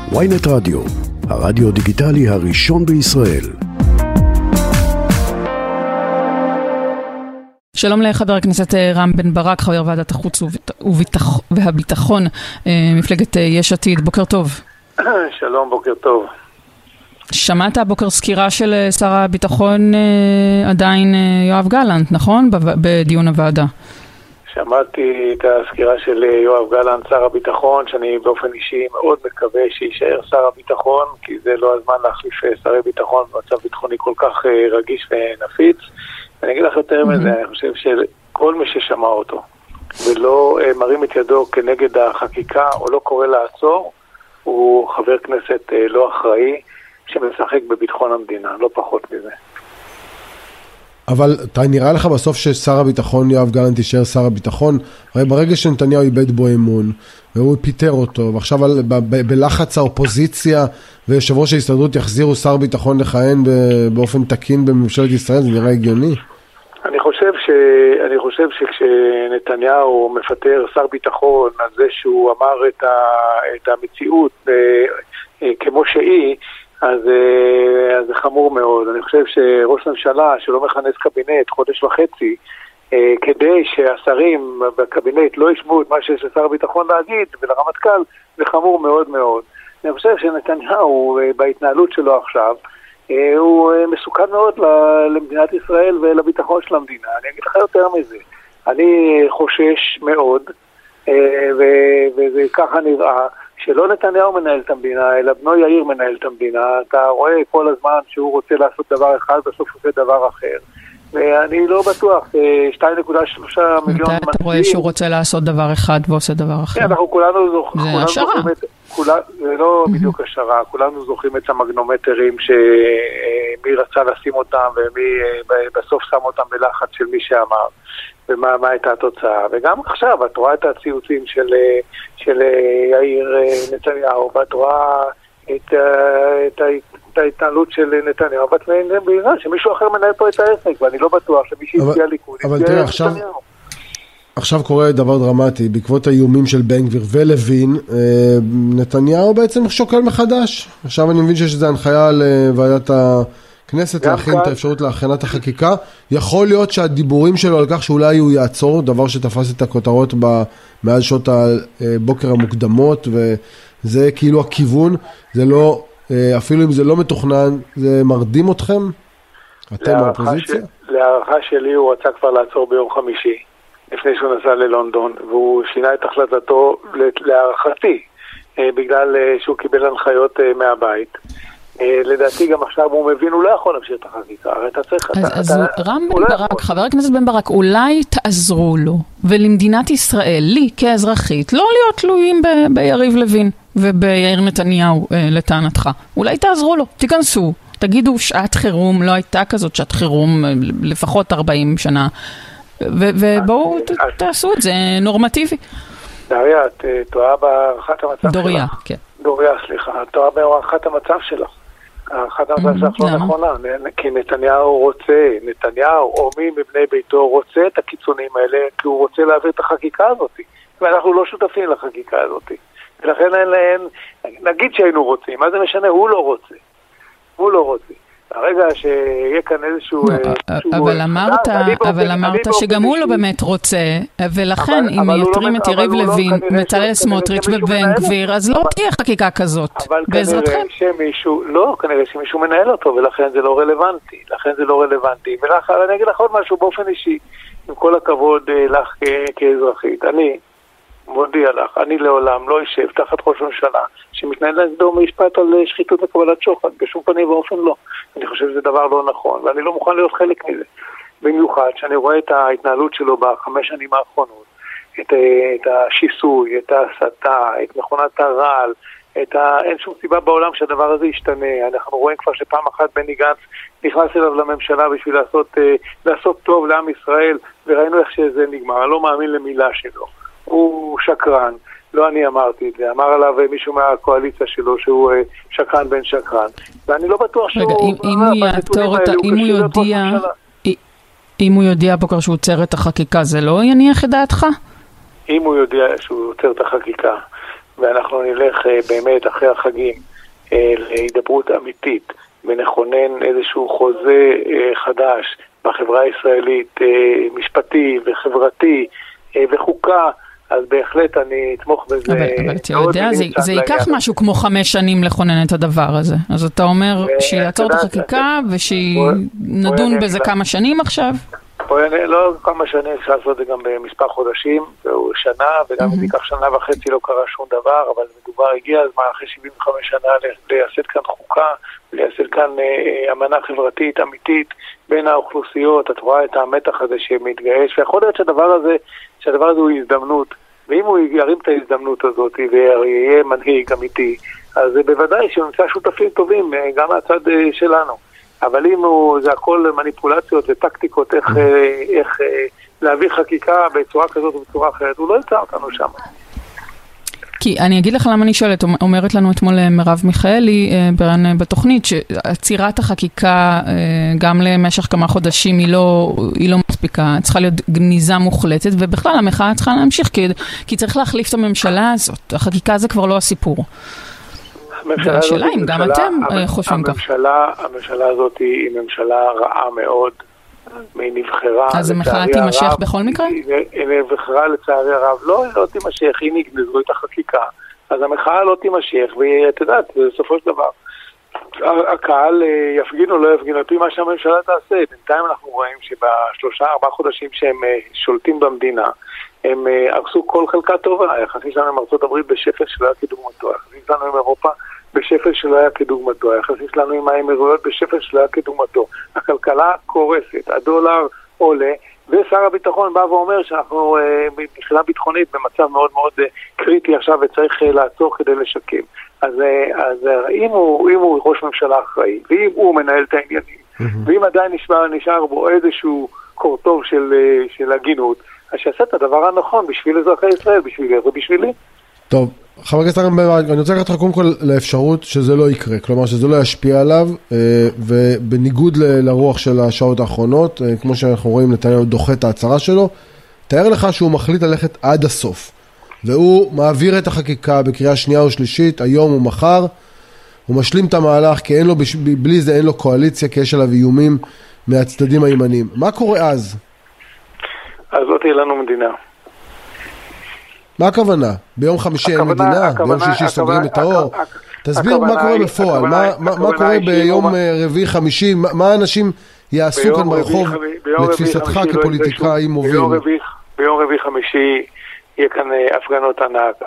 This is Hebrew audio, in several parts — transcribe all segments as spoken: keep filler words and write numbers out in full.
וויינט רדיו, הרדיו דיגיטלי הראשון בישראל. שלום לחבר הכנסת רם בן ברק, חבר ועדת החוץ והביטחון, מפלגת יש עתיד. בוקר טוב. שלום, בוקר טוב. שמעת הבוקר סקירה של שר הביטחון עדיין יואב גלנט, נכון? בדיון הוועדה. שמעתי את הסקירה של יואב גלנט, שר הביטחון, שאני באופן אישי מאוד מקווה שישאר שר הביטחון, כי זה לא הזמן להחליף שרי ביטחון במצב ביטחוני כל כך רגיש ונפיץ. אני אגיד לך יותר מזה, אני חושב שכל מי ששמע אותו ולא מרים את ידו כנגד החקיקה או לא קורא לעצור, הוא חבר כנסת לא אחראי שמשחק בביטחון המדינה, לא פחות מזה. אבל אתה נראה לך בסוף ששר הביטחון יואב גלנט יישאר שר הביטחון? הרי ברגע שנתניהו איבד בו אמון והוא פיטר אותו, ועכשיו בלחץ האופוזיציה ויושב ראש ההסתדרות יחזירו שר ביטחון לכהן באופן תקין בממשלת ישראל, זה נראה הגיוני? אני חושב ש... אני חושב שכשנתניהו מפטר שר ביטחון על זה שהוא אמר את, ה... את המציאות כמו שהיא, אז, אז זה חמור מאוד. אני חושב שראש ממשלה שלא מכנס קבינט חודש וחצי, כדי שהשרים בקבינט לא ישמעו את מה שיש לשר הביטחון להגיד ולרמטכ"ל, זה חמור מאוד מאוד. אני חושב שנתניהו בהתנהלות שלו עכשיו, הוא מסוכן מאוד למדינת ישראל ולביטחון של המדינה. אני אגיד לך יותר מזה. אני חושש מאוד, וככה נראה, שלא נתניהו מנהל את המדינה, אלא בנו יאיר מנהל את המדינה. אתה רואה כל הזמן שהוא רוצה לעשות דבר אחד, בסוף עושה דבר אחר. ואני לא בטוח, שתיים נקודה שלוש מיליון... מתי אתה רואה שהוא רוצה לעשות דבר אחד ועושה דבר אחר? אנחנו כולנו זוכרים... זה השערה. זה לא בדיוק השערה, כולנו זוכרים את המגנומטרים שמי רצה לשים אותם ומי בסוף שם אותם בלחץ של מי שאמר. ומה מה הייתה התוצאה. וגם עכשיו, את רואה את הציוצים של, של יאיר נתניהו, ואת רואה את, את, את ההתנהלות של נתניהו, ואת מבינה שמישהו אחר מנהל פה את העסק, ואני לא בטוח שמי שהצביע ליכוד. אבל תראה, עכשיו, עכשיו קורה דבר דרמטי, בעקבות האיומים של בן גביר ולוין, נתניהו בעצם שוקל מחדש. עכשיו אני מבין שיש איזו הנחיה לוועדת ה... כנסת להכין את האפשרות להכנת החקיקה. יכול להיות שהדיבורים שלו על כך שאולי הוא יעצור, דבר שתפס את הכותרות מאז שעות הבוקר המוקדמות, וזה כאילו הכיוון, זה לא, אפילו אם זה לא מתוכנן, זה מרדים אתכם? אתם האופוזיציה? להערכה שלי הוא רצה כבר לעצור ביום חמישי, לפני שהוא נסע ללונדון, והוא שינה את החלטתו להערכתי, בגלל שהוא קיבל הנחיות מהבית. לדעתי גם עכשיו הוא מבין, הוא לא יכול להמשיך את החקיקה. אז רם בן ברק, חבר הכנסת בן ברק, אולי תעזרו לו ולמדינת ישראל, לי כאזרחית, לא להיות תלויים ביריב לוין וביאיר נתניהו לטענתך. אולי תעזרו לו, תיכנסו, תגידו שעת חירום, לא הייתה כזאת שעת חירום לפחות ארבעים שנה, ובואו תעשו את זה נורמטיבי. דריה, את טועה בהערכת המצב שלך. דוריה, כן. דוריה, סליחה, את טועה בהערכת המצב שלך. הערכת המצב שלך לא נכונה, כי נתניהו רוצה, נתניהו או מי מבני ביתו רוצה את הקיצונים האלה, כי הוא רוצה להעביר את החקיקה הזאת. ואנחנו לא שותפים לחקיקה הזאת. ולכן אין להן, נגיד שהיינו רוצים, מה זה משנה? הוא לא רוצה. הוא לא רוצה. הרגע שיהיה כאן איזשהו... אבל אמרת, אבל אמרת שגם הוא לא באמת רוצה, ולכן אם מייתרים את יריב לוין, בצלאל סמוטריץ' ובן גביר, אז לא תהיה חקיקה כזאת, בעזרתכם. אבל כנראה שמישהו, לא, כנראה שמישהו מנהל אותו, ולכן זה לא רלוונטי, לכן זה לא רלוונטי. ולאחר, אני אגיד לך עוד משהו באופן אישי, עם כל הכבוד לך כאזרחית, אני מודיע לך, אני לעולם לא אשב תחת ראש ממשלה שמתנהל נגדו משפט על שחיתות וקבלת שוחד, בשום פנים ואופן לא. אני חושב שזה דבר לא נכון, ואני לא מוכן להיות חלק מזה. במיוחד שאני רואה את ההתנהלות שלו בחמש שנים האחרונות, את, את השיסוי, את ההסתה, את מכונת הרעל, את ה... אין שום סיבה בעולם שהדבר הזה ישתנה. אנחנו רואים כבר שפעם אחת בני גנץ נכנס אליו לממשלה בשביל לעשות, לעשות טוב לעם ישראל, וראינו איך שזה נגמר. אני לא מאמין למילה שלו. הוא שקרן, לא אני אמרתי את זה, אמר עליו מישהו מהקואליציה שלו שהוא שקרן בן שקרן, ואני לא בטוח שהוא... רגע, אם הוא יעתור את ה... אם הוא יודיע... אם הוא יודיע בוקר שהוא עוצר את החקיקה, זה לא יניח את דעתך? אם הוא יודע שהוא עוצר את החקיקה, ואנחנו נלך באמת אחרי החגים להידברות אמיתית, ונכונן איזשהו חוזה חדש בחברה הישראלית, משפטי וחברתי וחוקה, אז בהחלט אני אתמוך בזה. אבל, אבל אתה יודע, זה, זה ייקח משהו כמו חמש שנים לכונן את הדבר הזה. אז אתה אומר שיעצור את החקיקה ושנדון בזה כמה שנים עכשיו? לא כמה שנים, אפשר לעשות את זה גם במספר חודשים, זהו שנה, וגם אם ייקח שנה וחצי לא קרה שום דבר, אבל מדובר הגיע הזמן אחרי שבעים וחמש שנה לייסד כאן חוקה, לייסד כאן אמנה חברתית אמיתית בין האוכלוסיות. את רואה את המתח הזה שמתגייש, ויכול להיות שהדבר הזה, שהדבר הזה הוא הזדמנות, ואם הוא ירים את ההזדמנות הזאת ויהיה מנהיג אמיתי, אז בוודאי שהוא נמצא שותפים טובים גם מהצד שלנו. אבל אם הוא, זה הכל מניפולציות וטקטיקות איך, איך להביא חקיקה בצורה כזאת ובצורה אחרת, הוא לא יצא אותנו שם. כי אני אגיד לך למה אני שואלת, אומרת לנו אתמול מרב מיכאלי בתוכנית, שעצירת החקיקה גם למשך כמה חודשים היא לא, היא לא מספיקה, צריכה להיות גניזה מוחלטת, ובכלל המחאה צריכה להמשיך, כי, כי צריך להחליף את הממשלה הזאת, החקיקה זה כבר לא הסיפור. והשאלה אם גם אתם חושבים כך. הממשלה הזאת היא ממשלה רעה מאוד, היא נבחרה. אז המחאה תימשך בכל מקרה? היא נבחרה לצערי הרב, לא, לא תימשך, היא נגנזו את החקיקה. אז המחאה לא תימשך, ואת יודעת, בסופו של דבר, הקהל יפגין או לא יפגין, על פי מה שהממשלה תעשה. בינתיים אנחנו רואים שבשלושה, ארבעה חודשים שהם שולטים במדינה, הם עשו כל חלקה טובה. היחסים שלנו עם ארצות הברית בשפל שלא היה כדוגמתו, היחסים שלנו עם אירופה בשפל שלא היה כדוגמתו, היחסים שלנו עם האמירויות בשפל שלא היה כדוגמתו. הכלכלה קורסת, הדולר עולה, ושר הביטחון בא ואומר שאנחנו מבחינה ביטחונית במצב מאוד מאוד קריטי עכשיו וצריך לעצור כדי לשקם. אז, אז אם, הוא, אם הוא ראש ממשלה אחראי, ואם הוא מנהל את העניינים, mm-hmm. ואם עדיין נשאר, נשאר בו איזשהו קורטוב של, של הגינות, אז שיעשה את הדבר הנכון בשביל אזרחי ישראל, בשבילי ובשבילי. טוב, חבר הכנסת רם בן ברק, אני רוצה לקחת קודם כל לאפשרות שזה לא יקרה, כלומר שזה לא ישפיע עליו, ובניגוד לרוח של השעות האחרונות, כמו שאנחנו רואים נתניהו דוחה את ההצהרה שלו, תאר לך שהוא מחליט ללכת עד הסוף, והוא מעביר את החקיקה בקריאה שנייה או שלישית, היום או מחר, הוא משלים את המהלך, כי אין לו, בלי זה אין לו קואליציה, כי יש עליו איומים מהצדדים הימניים. מה קורה אז? אז לא תהיה לנו מדינה. מה הכוונה? ביום חמישי אין מדינה? ביום שישי סוגרים את האור? תסביר מה קורה בפועל, מה קורה ביום רביעי חמישי, מה האנשים יעשו כאן ברחוב לתפיסתך כפוליטיקאי מוביל? ביום רביעי חמישי יהיה כאן הפגנות ענק,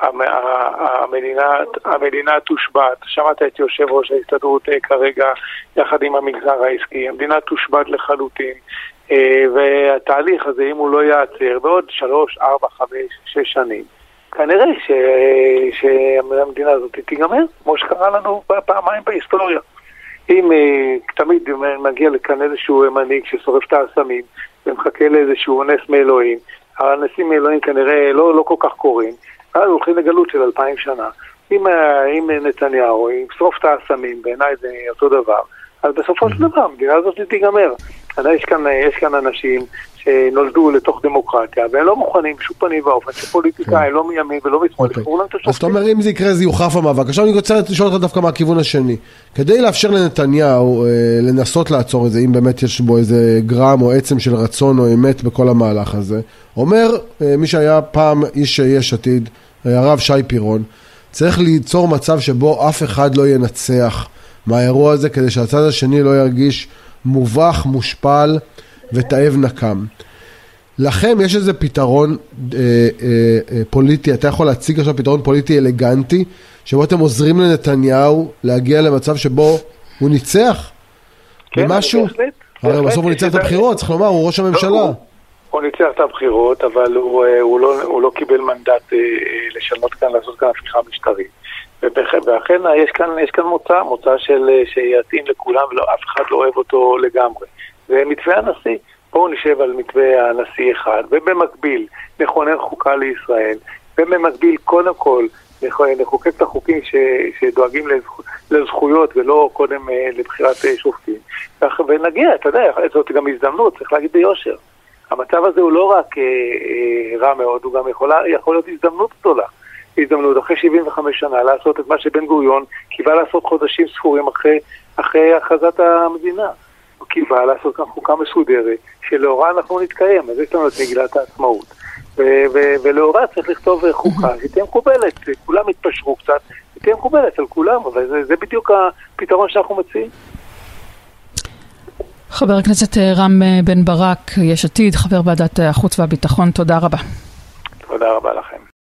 המדינה תושבת, שמעת את יושב ראש ההסתדרות כרגע יחד עם המגזר העסקי, המדינה תושבת לחלוטין, והתהליך הזה אם הוא לא יעצר בעוד שלוש, ארבע, חמש, שש שנים, כנראה ש... שהמדינה הזאת תיגמר, כמו שקרה לנו פעמיים בהיסטוריה. אם uh, תמיד מגיע לכאן איזשהו מנהיג ששורף את האסמים ומחכה לאיזשהו נס מאלוהים, הנסים מאלוהים כנראה לא, לא כל כך קורים, אז הולכים לגלות של אלפיים שנה. אם, uh, אם נתניהו ישרוף את האסמים, בעיניי זה אותו דבר, אז בסופו של דבר המדינה הזאת תיגמר. יש כאן, יש כאן אנשים שנולדו לתוך דמוקרטיה, והם לא מוכנים בשום פנים ואופן, שפוליטיקאים לא מימין ולא משמאל, יחברו להם את השופטים. אז אתה אומר, אם זה יקרה, זה יוחרף המאבק. עכשיו אני רוצה לשאול אותך דווקא מהכיוון השני. כדי לאפשר לנתניהו לנסות לעצור את זה, אם באמת יש בו איזה גרם או עצם של רצון או אמת בכל המהלך הזה, אומר מי שהיה פעם איש יש עתיד, הרב שי פירון, צריך ליצור מצב שבו אף אחד לא ינצח מהאירוע הזה, כדי שהצד השני לא ירגיש מובך, מושפל ותאב נקם. לכם יש איזה פתרון אה, אה, אה, פוליטי, אתה יכול להציג עכשיו פתרון פוליטי אלגנטי, שבו אתם עוזרים לנתניהו להגיע למצב שבו הוא ניצח? כן, במשהו? בהחלט. הרי בסוף הוא ניצח את הבחירות, צריך לומר, הוא ראש הממשלה. הוא, הוא ניצח את הבחירות, אבל הוא, הוא, לא, הוא לא קיבל מנדט אה, לשנות כאן, לעשות כאן הפיכה משטרית. ואכן יש כאן, יש כאן מוצא, מוצא של, שיתאים לכולם, ואף אחד לא אוהב אותו לגמרי. ומתווה הנשיא, בואו נשב על מתווה הנשיא אחד, ובמקביל נכונן חוקה לישראל, ובמקביל קודם כל נחוקק את החוקים ש, שדואגים לזכויות ולא קודם לבחירת שופטים. ונגיע, אתה יודע, זאת גם הזדמנות, צריך להגיד ביושר. המצב הזה הוא לא רק רע מאוד, הוא גם יכול, יכול להיות הזדמנות גדולה. הזדמנות אחרי שבעים וחמש שנה לעשות את מה שבן גוריון קיווה לעשות חודשים ספורים אחרי, אחרי הכרזת המדינה. הוא קיווה לעשות כאן חוקה מסודרת, שלאורה אנחנו נתקיים, אז יש לנו את מגילת העצמאות. ו- ו- ולאורה צריך לכתוב חוקה, שתהיה מקובלת, כולם התפשרו קצת, שתהיה מקובלת על כולם, אבל זה, זה בדיוק הפתרון שאנחנו מציעים. חבר הכנסת רם בן ברק, יש עתיד, חבר ועדת החוץ והביטחון, תודה רבה. תודה רבה לכם.